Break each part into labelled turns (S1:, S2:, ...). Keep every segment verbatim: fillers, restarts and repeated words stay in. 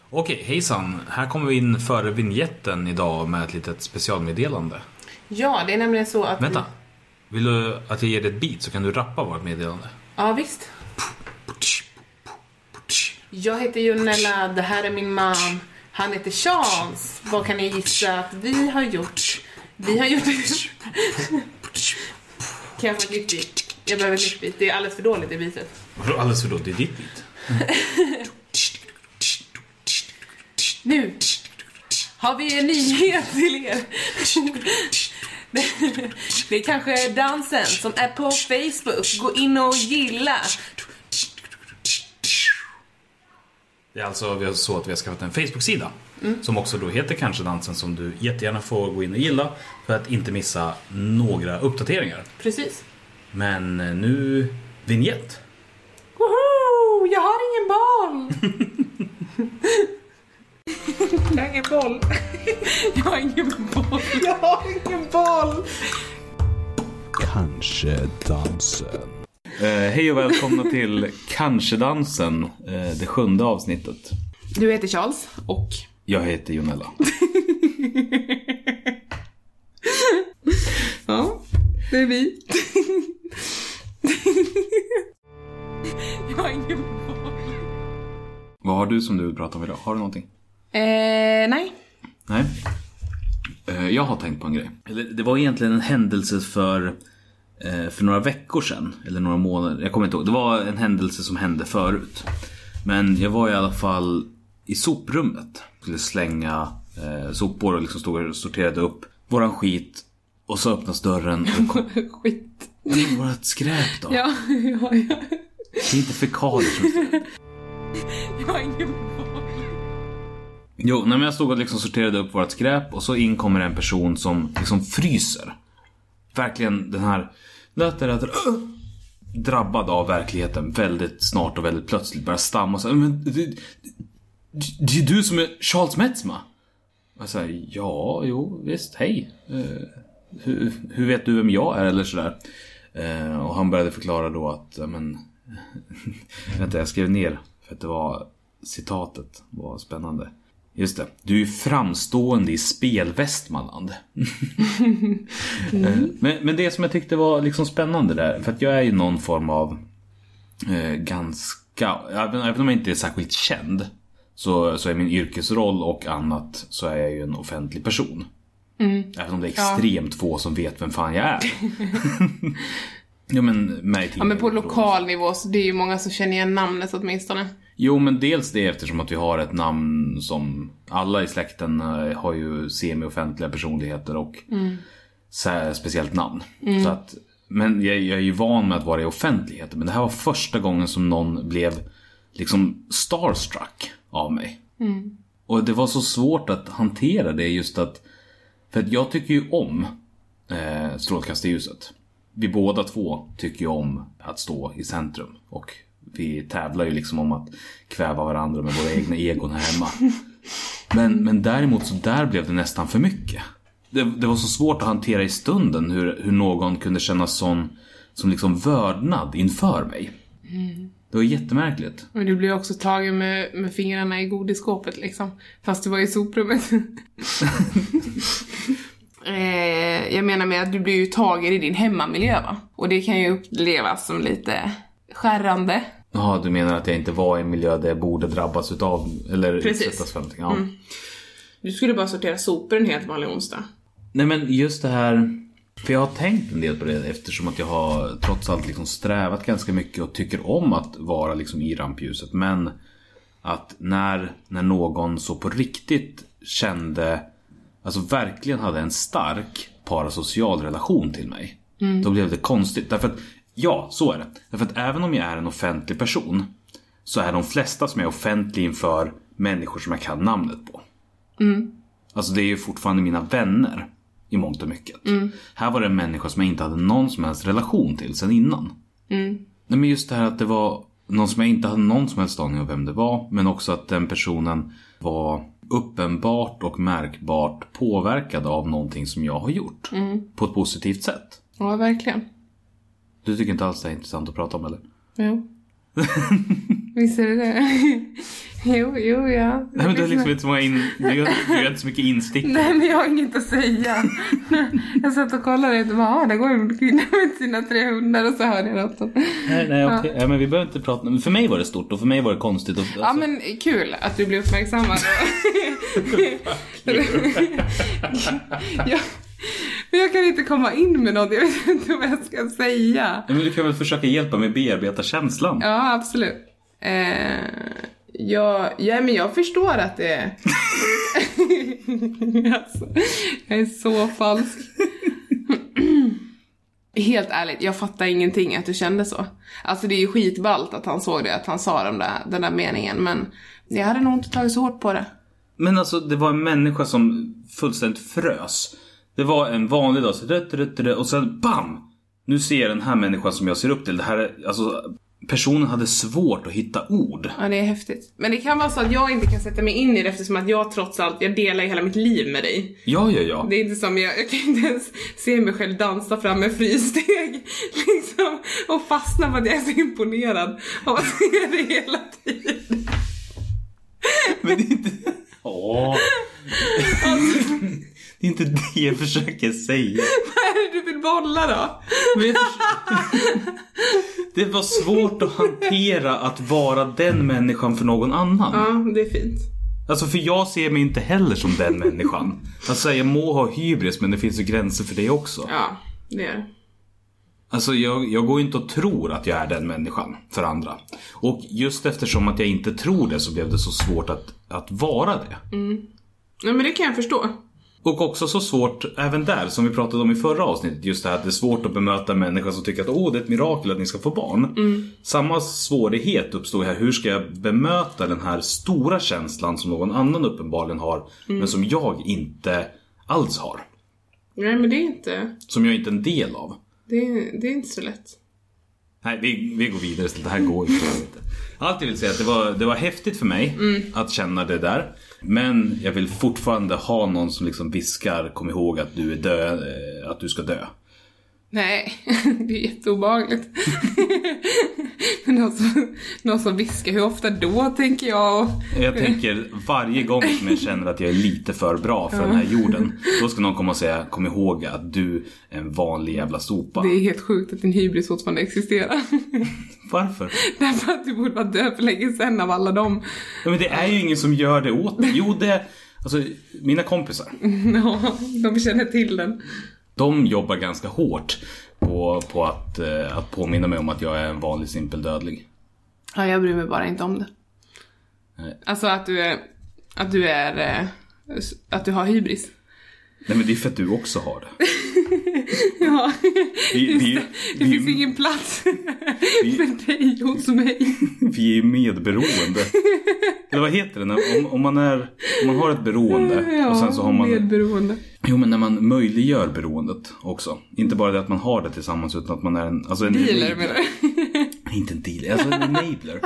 S1: Okej, hejsan. Här kommer vi in före vignetten idag med ett litet specialmeddelande.
S2: Ja, det är nämligen så att...
S1: Vänta, vill du att jag ger dig ett beat så kan du rappa vårt meddelande?
S2: Ja, visst. Jag heter Jonella, det här är min man. Han heter Charles. Vad kan ni gissa att vi har gjort? Vi har gjort... Kan jag få ett nytt beat? Jag behöver ett nytt beat. Det är alldeles för dåligt i beatet.
S1: Vadå alldeles för dåligt? Det är ditt beat.
S2: Nu har vi en nyhet till er. Det är kanske dansen som är på Facebook. Gå in och gilla.
S1: Det är alltså så att vi har skaffat en Facebook-sida mm. som också då heter Kanske dansen, som du jättegärna får gå in och gilla för att inte missa några uppdateringar.
S2: Precis.
S1: Men nu vignett.
S2: Woho! Jag har ingen boll. Jag har ingen boll. Jag har ingen boll. Jag har ingen boll.
S3: Kanske dansen.
S1: Uh, hej och välkomna till Kanske dansen, uh, det sjunde avsnittet.
S2: Du heter Charles och...
S1: Jag heter Jonella.
S2: Ja, det är vi. Jag har ingen boll.
S1: Vad har du som du vill prata om idag? Har du någonting?
S2: Eh, nej.
S1: Nej. Uh, jag har tänkt på en grej. Det var egentligen en händelse för... För några veckor sedan, eller några månader, jag kommer inte ihåg. Det var en händelse som hände förut. Men jag var i alla fall i soprummet. Skulle slänga eh, sopor och liksom stod och sorterade upp våran skit. Och så öppnas dörren och kom...
S2: Skit.
S1: Det är vårat skräp då.
S2: Ja, ja, ja.
S1: Det är inte fekalier som skräp.
S2: Jag har ingen boll.
S1: Jo, när jag stod och liksom sorterade upp vårat skräp. Och så in kommer en person som liksom fryser. Verkligen den här låter att drabbad av verkligheten väldigt snart och väldigt plötsligt bara stamma och säga, men det, det, det är du som är Charles Metzma. Och jag säger, ja, jo, visst, hej. Uh, hur, hur vet du vem jag är eller sådär? Uh, och han började förklara då att, men vänta, jag skrev ner för att det var citatet var spännande. Just det, du är framstående i spelvästmanland. mm. men, men det som jag tyckte var liksom spännande där, för att jag är ju någon form av eh, ganska, även om jag inte är särskilt känd, så, så är min yrkesroll och annat, så är jag ju en offentlig person. Mm. Även om det är extremt ja. få som vet vem fan jag är. ja, men,
S2: ja, men på lokal nivå, så det är ju många som känner igen namnet åtminstone.
S1: Jo, men dels det eftersom att vi har ett namn som alla i släkten har ju semi-offentliga personligheter och mm. så speciellt namn. Mm. Så att, men jag, jag är ju van med att vara i offentligheten. Men det här var första gången som någon blev liksom starstruck av mig. Mm. Och det var så svårt att hantera det, just att, för att jag tycker ju om eh, strålkastarljuset. Vi båda två tycker ju om att stå i centrum och vi tävlar ju liksom om att kväva varandra med våra egna egon här hemma. Men, men däremot så där blev det nästan för mycket. Det, det var så svårt att hantera i stunden hur, hur någon kunde känna sån, som liksom vördnad inför mig. Mm. Det var jättemärkligt.
S2: Och du blev också tagen med, med fingrarna i godiskåpet liksom. Fast du var i soprummet. eh, jag menar med att du blir ju tagen i din hemmamiljö, va? Och det kan ju upplevas som lite skärrande.
S1: Ja, du menar att jag inte var i en miljö där jag borde drabbas utav eller
S2: Precis.
S1: utsättas för någonting. Ja. Mm.
S2: Du skulle bara sortera sopor en helt vanlig onsdag.
S1: Nej, men just det här, för jag har tänkt en del på det eftersom att jag har trots allt liksom strävat ganska mycket och tycker om att vara liksom i rampljuset. Men att när, när någon så på riktigt kände, alltså verkligen hade en stark parasocial relation till mig, mm. då blev det konstigt. Därför att ja, så är det. Därför att även om jag är en offentlig person så är de flesta som är offentlig inför människor som jag kan namnet på. Mm. Alltså det är ju fortfarande mina vänner i mångt och mycket. Mm. Här var det en människa som jag inte hade någon som helst relation till sen innan. Mm. Nej, men just det här att det var någon som jag inte hade någon som helst aning om vem det var. Men också att den personen var uppenbart och märkbart påverkad av någonting som jag har gjort. Mm. På ett positivt sätt.
S2: Ja, verkligen.
S1: Du tycker inte alls det är intressant att prata om, eller?
S2: Jo. Visst är det det? Jo, jo, ja.
S1: Nej, men du har liksom inte så många in... du har, du har inte så mycket instick.
S2: Nej, men jag har inget att säga. Jag satt och kollade och bara, ah, där går en kvinna med sina tre hundar och så hörde jag något.
S1: Nej, nej, okej. Ja. Ja, men vi behöver inte prata. Men för mig var det stort och för mig var det konstigt. Och, alltså...
S2: Ja, men kul att du blev uppmärksammad. ja. Men jag kan inte komma in med något. Jag vet inte vad jag ska säga.
S1: Men du kan väl försöka hjälpa mig bearbeta känslan.
S2: Ja, absolut. Eh, ja, ja, men jag förstår att det är... alltså, jag är så falsk. Helt ärligt, jag fattar ingenting att du kände så. Alltså det är ju skitballt att han såg det, att han sa den där, den där meningen. Men jag hade nog inte tagit så hårt på det. Men
S1: alltså det var en människa som fullständigt frös. Det var en vanlig dag, så rött, rött, rött, och sen bam! Nu ser jag den här människan som jag ser upp till. Det här är, alltså, personen hade svårt att hitta ord.
S2: Ja, det är häftigt. Men det kan vara så att jag inte kan sätta mig in i det, eftersom att jag trots allt, jag delar hela mitt liv med dig.
S1: Ja, ja, ja.
S2: Det är inte som, jag, jag kan inte ens se mig själv dansa fram med fristeg. Liksom, och fastna för att jag är så imponerad av att se det hela tiden.
S1: Men det är inte... Åh. Alltså... Det är inte det jag försöker säga.
S2: Vad är det du vill bolla då?
S1: Det var svårt att hantera att vara den människan för någon annan.
S2: Ja, det är fint.
S1: Alltså för jag ser mig inte heller som den människan. Alltså jag må ha hybris, men det finns ju gränser för det också.
S2: Ja, det är det.
S1: Alltså jag, jag går inte och tror att jag är den människan för andra. Och just eftersom att jag inte tror det, så blev det så svårt att, att vara det.
S2: Mm. Ja, men det kan jag förstå.
S1: Och också så svårt, även där, som vi pratade om i förra avsnittet, just det här att det är svårt att bemöta människor som tycker att åh, det är ett mirakel att ni ska få barn.
S2: Mm.
S1: Samma svårighet uppstår här. Hur ska jag bemöta den här stora känslan som någon annan uppenbarligen har, mm. men som jag inte alls har?
S2: Nej, men det är inte...
S1: Som jag inte är en del av.
S2: Det är, det är inte så lätt.
S1: Nej, vi, vi går vidare. Det här går ju inte. Allt jag vill säga att det var, det var häftigt för mig mm. att känna det där. Men jag vill fortfarande ha någon som liksom viskar, kom ihåg att du är död, att du ska dö.
S2: Nej, det är jätteobehagligt. någon, som, någon som viskar, hur ofta då, tänker jag.
S1: Jag tänker varje gång som jag känner att jag är lite för bra för den här jorden, då ska någon komma och säga, kom ihåg att du är en vanlig jävla sopa.
S2: Det är helt sjukt att din hybris fortfarande existerar.
S1: Varför?
S2: Därför att du borde vara död för länge sedan av alla dem.
S1: Ja, men det är ju ingen som gör det åt mig. Jo, det, alltså mina kompisar.
S2: Ja, de känner till den.
S1: De jobbar ganska hårt på, på att, eh, att påminna mig om att jag är en vanlig simpel dödlig.
S2: Ja, jag bryr mig bara inte om det.
S1: Nej.
S2: Alltså att du är, att du är, eh, att du har hybris.
S1: Nej, men det är för att du också har det.
S2: Ja,
S1: vi,
S2: just
S1: vi,
S2: det. Det
S1: vi,
S2: finns vi, ingen plats vi, för dig hos mig.
S1: Vi är ju medberoende. Eller vad heter det? Om, om, man är, om man har ett beroende.
S2: Ja,
S1: och sen så har man,
S2: medberoende.
S1: Jo, men när man möjliggör beroendet också. Inte bara det att man har det tillsammans, utan att man är en... Alltså en
S2: dealer, menar du?
S1: Nej, inte en dealer, alltså en enabler.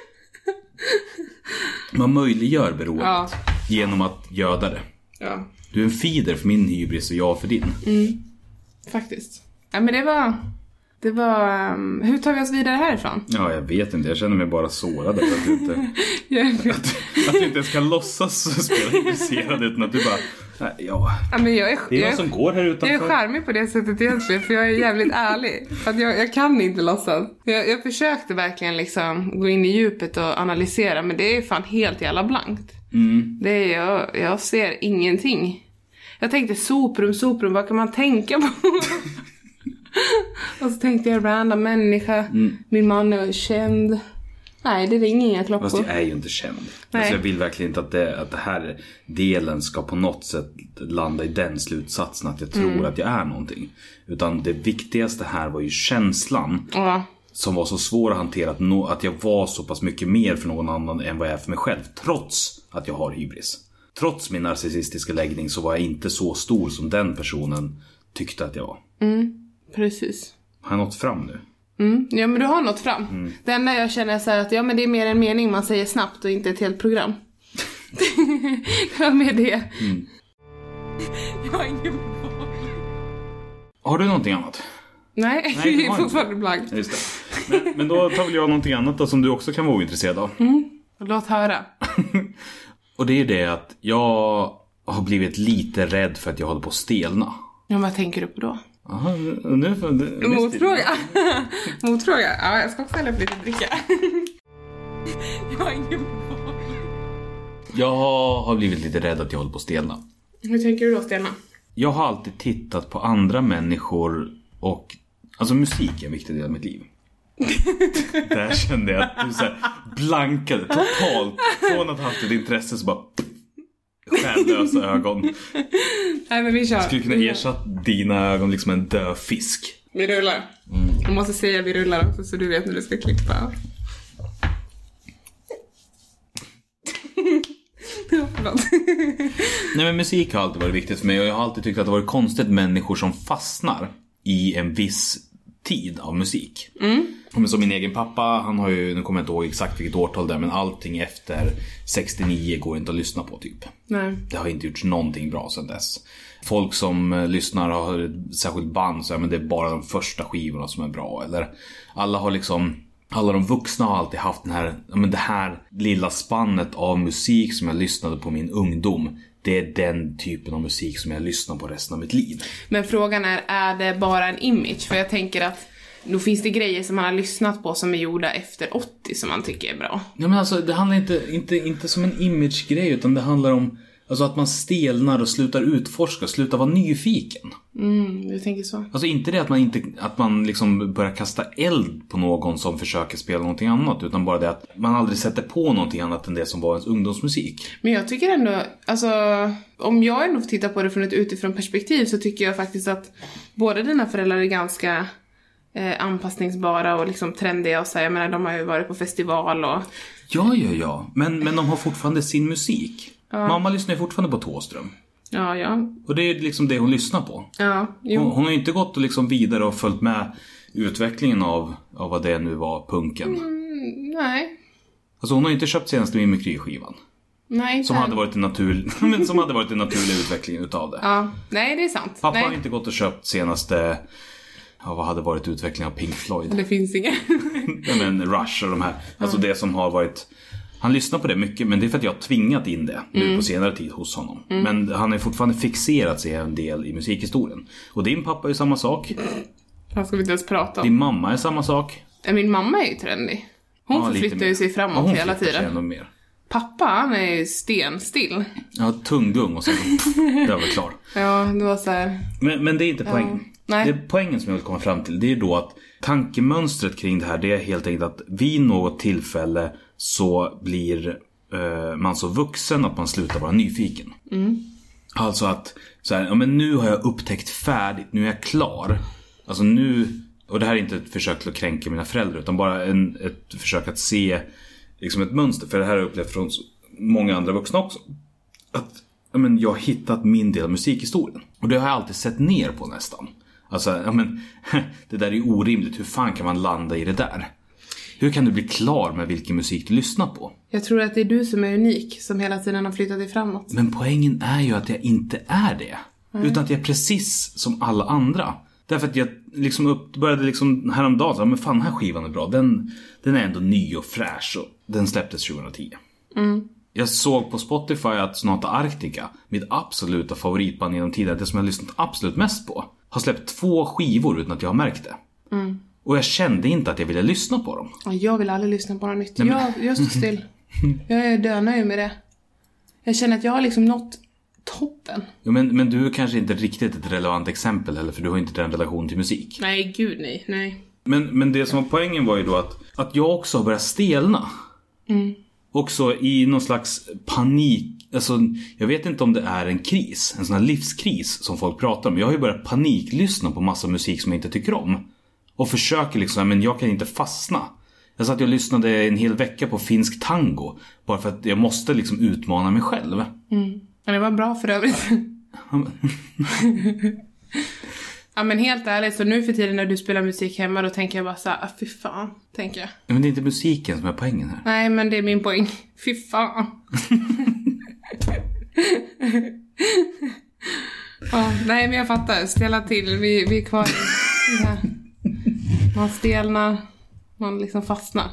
S1: Man möjliggör beroendet ja. genom att göda det.
S2: Ja.
S1: Du är en feeder för min hybris och jag för din.
S2: Mm. Faktiskt. Ja, men det var... Det var... Um, hur tar vi oss vidare härifrån?
S1: Ja, jag vet inte. Jag känner mig bara sårad för att du inte... att, att du inte ens kan låtsas spela intresserad, utan att du bara... Nej, ja.
S2: Ja, men jag är,
S1: det är
S2: jag
S1: någon som går här utanför.
S2: Jag är charmig på det sättet egentligen, för jag är jävligt ärlig. För att jag, jag kan inte låtsas. Jag, jag försökte verkligen liksom gå in i djupet och analysera, men det är fan helt jävla blankt.
S1: Mm.
S2: Det är, jag, jag ser ingenting. Jag tänkte soprum, soprum, vad kan man tänka på? Och så tänkte jag random människa. Mm. Min man är känd. Nej, det ringer inga klockor.
S1: Fast jag är ju inte känd. Alltså jag vill verkligen inte att det, att det här delen ska på något sätt landa i den slutsatsen att jag tror mm. att jag är någonting. Utan det viktigaste här var ju känslan.
S2: Ja.
S1: Som var så svår att hantera, att, no, att jag var så pass mycket mer för någon annan än vad jag är för mig själv. Trots att jag har hybris. Trots min narcissistiska läggning så var jag inte så stor som den personen tyckte att jag var.
S2: Mm, precis.
S1: Har jag nått fram nu?
S2: Mm, ja, men du har nått fram. Mm. Det enda jag känner är så här att ja, men det är mer en mening man säger snabbt och inte ett helt program. Det var med det. Mm. Jag har ingen mål.
S1: Har du någonting annat?
S2: Nej,
S1: Nej,
S2: det är fortfarande blankt.
S1: Just Men, men då tar väl jag någonting annat då, som du också kan vara intresserad av.
S2: Mm. Låt höra.
S1: Och det är det att jag har blivit lite rädd för att jag håller på att stelna.
S2: Ja, vad tänker du på då?
S1: Aha, nu får du...
S2: Motfråga. Motfråga. Ja, jag ska också hälla upp lite dricka. Jag har ingen boll.
S1: Jag har blivit lite rädd att jag håller på att stelna.
S2: Hur tänker du då, stelna?
S1: Jag har alltid tittat på andra människor och... Alltså musik är en viktig del av mitt liv. Där kände jag att du så här blankade totalt. Från att ha haft ett intresse så bara... Stjärnlösa ögon.
S2: Nej, men vi kör.
S1: Skulle kunna ersätta dina ögon liksom en död fisk.
S2: Vi rullar. Mm. Jag måste säga vi rullar också så du vet när du ska klippa.
S1: Nej, men musik har alltid varit viktigt för mig. Och jag har alltid tyckt att det varit konstigt människor som fastnar i en viss tid av musik. Mm. Men som min egen pappa, han har ju, nu kommer jag inte ihåg exakt vilket årtal det är, men allting efter sextionio går inte att lyssna på typ.
S2: Nej.
S1: Det har inte gjorts någonting bra sedan dess. Folk som lyssnar och har ett särskilt band så är, men det är bara de första skivorna som är bra. Eller alla har liksom, alla de vuxna har alltid haft den här, men det här lilla spannet av musik som jag lyssnade på min ungdom. Det är den typen av musik som jag lyssnar på resten av mitt liv.
S2: Men frågan är, är det bara en image? För jag tänker att då finns det grejer som man har lyssnat på som är gjorda efter åttio som man tycker är bra.
S1: Ja, men alltså det handlar inte, inte, inte som en image-grej, utan det handlar om alltså att man stelnar och slutar utforska, slutar vara nyfiken.
S2: Mm, jag tänker så.
S1: Alltså inte det att man, inte, att man liksom börjar kasta eld på någon som försöker spela någonting annat, utan bara det att man aldrig sätter på någonting annat än det som var ens ungdomsmusik.
S2: Men jag tycker ändå, alltså om jag ändå får titta på det från ett utifrån perspektiv så tycker jag faktiskt att båda dina föräldrar är ganska eh, anpassningsbara och liksom trendiga och så. Jag menar, de har ju varit på festival och...
S1: Ja, ja, ja. Men, men de har fortfarande sin musik. Ja. Mamma lyssnar ju fortfarande på Thåström.
S2: Ja, ja.
S1: Och det är liksom det hon lyssnar på.
S2: Ja, jo.
S1: Hon, hon har ju inte gått och liksom vidare och följt med utvecklingen av, av vad det nu var, punken.
S2: Mm, nej.
S1: Alltså hon har ju inte köpt senaste Mimikry-skivan.
S2: Nej,
S1: som hade varit en naturlig men som hade varit en naturlig utveckling utav det.
S2: Ja, nej, det är sant.
S1: Pappa
S2: nej.
S1: har inte gått och köpt senaste, ja, vad hade varit utveckling av Pink Floyd.
S2: Det finns inget.
S1: Ja, men Rush och de här. Alltså mm. det som har varit, han lyssnar på det mycket, men det är för att jag har tvingat in det nu mm. på senare tid hos honom. Mm. Men han är fortfarande fixerat sig en del i musikhistorien. Och din pappa är samma sak.
S2: Han ska vi inte ens prata om.
S1: Din mamma är samma sak.
S2: Min mamma är ju trendig. Hon ja, förflyttar ju sig framåt ja, hela tiden. Ännu mer. Pappa, han är ju stenstill. Ja,
S1: tunggung och så. Det var väl klar.
S2: Ja, det var så här.
S1: Men, men det är inte poängen.
S2: Ja. Nej.
S1: Det poängen som jag vill komma fram till, det är då att tankemönstret kring det här, det är helt enkelt att vid något tillfälle så blir eh, man så vuxen att man slutar vara nyfiken.
S2: Mm.
S1: Alltså att så här, ja, men nu har jag upptäckt färdigt, nu är jag klar. Alltså nu, och det här är inte ett försök att kränka mina föräldrar, utan bara en, ett försök att se liksom ett mönster. För det här har jag upplevt från många andra vuxna också. Att ja, men jag har hittat min del av musikhistorien. Och det har jag alltid sett ner på nästan. Alltså, ja, men, det där är ju orimligt. Hur fan kan man landa i det där? Hur kan du bli klar med vilken musik du lyssnar på?
S2: Jag tror att det är du som är unik, som hela tiden har flyttat dig framåt.
S1: Men poängen är ju att jag inte är det. Mm. Utan att jag är precis som alla andra. Därför att jag liksom upp, började liksom häromdagen så, men fan, den här skivan är bra. Den, den är ändå ny och fräsch och den släpptes tjugohundratio.
S2: Mm.
S1: Jag såg på Spotify att Sonata Arctica, mitt absoluta favoritband genom tiden, det som jag har lyssnat absolut mest på, har släppt två skivor utan att jag har märkt det.
S2: Mm.
S1: Och jag kände inte att jag ville lyssna på dem.
S2: Jag vill aldrig lyssna på något nytt.
S1: Nej, men...
S2: jag, jag står still. Jag är dönöjd med det. Jag känner att jag har liksom nått toppen.
S1: Ja, men, men du är kanske inte riktigt ett relevant exempel heller, för du har inte den relation till musik.
S2: Nej, gud nej. nej.
S1: Men, men det som var poängen var ju då att, att jag också har börjat stelna.
S2: Mm.
S1: Också i någon slags panik. Alltså, jag vet inte om det är en kris, en sån här livskris som folk pratar om. Jag har ju börjat paniklyssna på massa musik som jag inte tycker om. Och försöker liksom, men jag kan inte fastna. Jag satt och lyssnade en hel vecka på finsk tango. Bara för att jag måste liksom utmana mig själv.
S2: Mm. Ja, det var bra för övrigt. Ja, men helt ärligt, så nu för tiden när du spelar musik hemma, då tänker jag bara så här, ah, fy fan, tänker jag.
S1: Men det är inte musiken som är poängen här.
S2: Nej, men det är min poäng. Fy fan. Ja, nej, men jag fattar. Stela till. Vi, vi är kvar i det här. Man stelnar. Man liksom fastnar.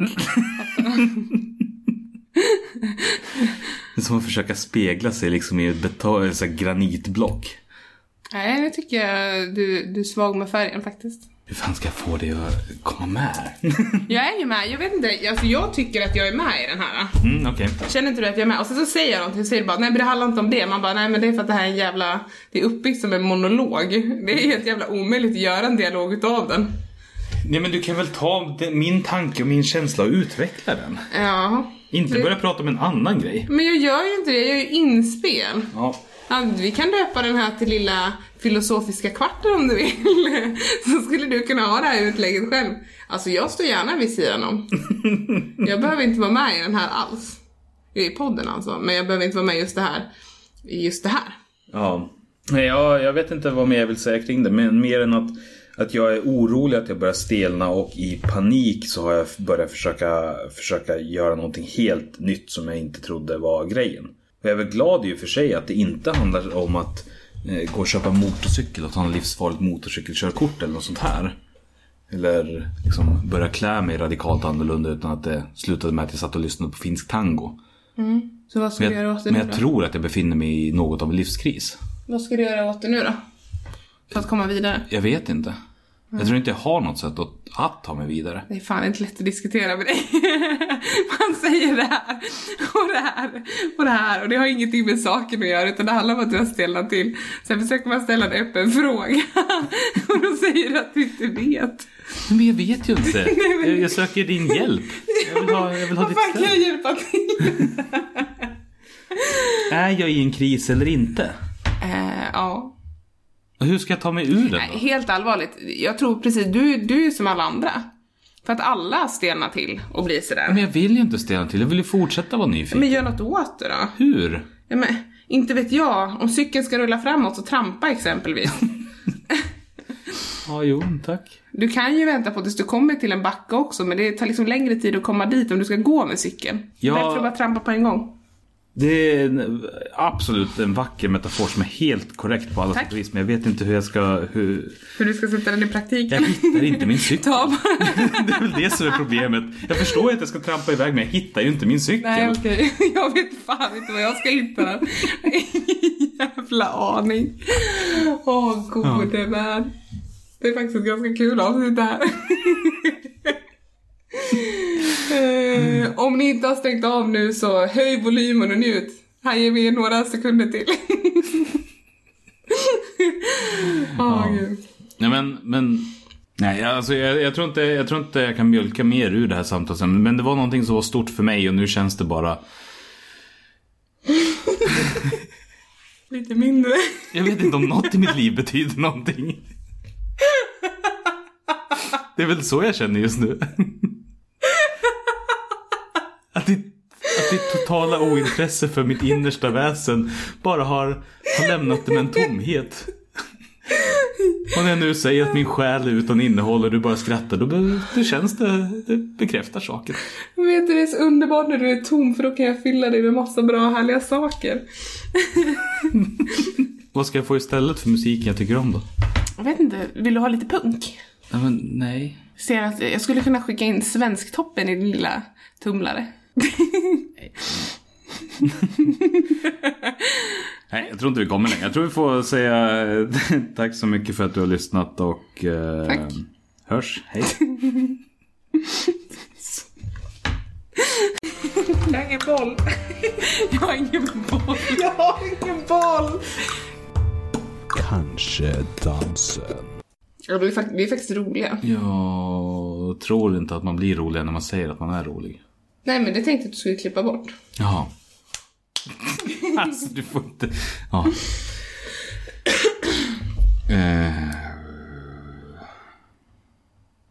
S1: Det är som att försöka spegla sig liksom i ett betal, så här granitblock.
S2: Nej, det tycker jag du, du är svag med färgen faktiskt.
S1: Hur fan ska jag få det att komma med?
S2: Jag är ju med, jag vet inte, alltså jag tycker att jag är med i den här.
S1: Mm, okej. Okay.
S2: Känner inte du att jag är med? Och sen så säger jag någonting, så säger du bara, nej men det handlar inte om det. Man bara, nej men det är för att det här är en jävla, det är uppbyggt som en monolog. Det är helt jävla omöjligt att göra en dialog utav den.
S1: Nej men du kan väl ta min tanke och min känsla och utveckla den.
S2: Ja.
S1: Inte börja prata om en annan grej.
S2: Men jag gör ju inte det, jag gör ju inspel.
S1: Ja.
S2: Ja, vi kan döpa den här till lilla filosofiska kvarten om du vill. Så skulle du kunna ha det här utlägget själv. Alltså jag står gärna vid sidan om. Jag behöver inte vara med i den här alls. I podden alltså. Men jag behöver inte vara med just det här. Just det här.
S1: Ja. Nej, jag, jag vet inte vad mer jag vill säga kring det. Men mer än att, att jag är orolig att jag börjar stelna. Och i panik så har jag börjat försöka, försöka göra någonting helt nytt som jag inte trodde var grejen. Och jag är väl glad i och för sig att det inte handlar om att eh, gå och köpa motorcykel och ta en livsfarligt motorcykelkörkort eller något sånt här. Eller liksom börja klä mig radikalt annorlunda utan att det slutade med att jag satt och lyssnade på finsk tango.
S2: Mm. Så vad ska
S1: men
S2: du
S1: jag,
S2: göra åt det
S1: men
S2: nu
S1: jag
S2: då?
S1: tror att jag befinner mig i något av en livskris.
S2: Vad ska du göra åt det nu då? För att komma vidare?
S1: Jag vet inte. Mm. Jag tror inte jag har något sätt att, att ta mig vidare.
S2: Det är fan inte lätt att diskutera med dig. Man säger det här och det här och det här. Och det har ingenting med saken att göra, utan det handlar om att du har ställt till. Sen försöker man ställa en öppen fråga. Och då säger du att du inte vet.
S1: Men jag vet ju inte. Nej, men... jag, jag söker din hjälp. Jag vill ha, jag vill ha ditt stöd.
S2: Vad kan jag hjälpa till?
S1: Är jag i en kris eller inte?
S2: Uh, ja.
S1: Och hur ska jag ta mig ur det?
S2: Nej, helt allvarligt. Jag tror precis, du, du är som alla andra. För att alla stelnar till och blir sådär.
S1: Men jag vill ju inte stelna till. Jag vill ju fortsätta vara nyfiken.
S2: Men gör något åt det då.
S1: Hur?
S2: Ja, men, inte vet jag. Om cykeln ska rulla framåt så trampa exempelvis.
S1: Ja, jo, tack.
S2: Du kan ju vänta på att du kommer till en backe också. Men det tar liksom längre tid att komma dit om du ska gå med cykeln.
S1: Ja.
S2: Bättre att bara trampa på en gång.
S1: Det är en, absolut en vacker metafor som är helt korrekt på alla sätt och vis. Men jag vet inte hur jag ska... Hur,
S2: hur du ska sätta den i praktiken.
S1: Jag hittar inte min cykel.
S2: Ta
S1: det är väl det som är problemet. Jag förstår ju att jag ska trampa iväg, men jag hittar ju inte min cykel.
S2: Nej, okej. Okay. Jag vet fan inte vad jag ska hitta den. Jävla aning. Åh, gode ja. Värld. Det är faktiskt ett ganska kul avsnitt det här. Uh, om ni inte har stängt av nu så höj volymen och njut. Här ger vi några sekunder till. Åh, oh, gud.
S1: Nej, men, men nej, alltså, jag, jag, tror inte, jag tror inte jag kan mjölka mer ur det här samtalet. Men det var någonting som var stort för mig och nu känns det bara
S2: lite mindre.
S1: Jag vet inte om något i mitt liv betyder någonting. Det är väl så jag känner just nu. Att det, att det totala ointresse för mitt innersta väsen bara har, har lämnat det med en tomhet. Och när jag nu säger att min själ är utan innehåll och du bara skrattar, då, då känns det, det bekräftar saker.
S2: Vet du, det är så underbart när du är tom, för då kan jag fylla dig med massa bra härliga saker.
S1: Vad ska jag få istället för musiken jag tycker om då?
S2: Jag vet inte, vill du ha lite punk?
S1: Ja, men nej.
S2: Ser att jag skulle kunna skicka in Svensktoppen i din lilla tumlare.
S1: Nej, jag tror inte vi kommer längre. Jag tror vi får säga tack så mycket för att du har lyssnat och eh,
S2: tack.
S1: Hörs. Hej.
S2: Jag har ingen boll. Jag har ingen boll. Jag har ingen boll.
S3: Kanske dansen.
S2: Ja, vi är, fakt- vi är faktiskt roliga.
S1: Jag tror inte att man blir rolig när man säger att man är rolig.
S2: Nej, men det tänkte jag att du skulle klippa bort.
S1: Jaha. Alltså, du får inte... Ja. eh...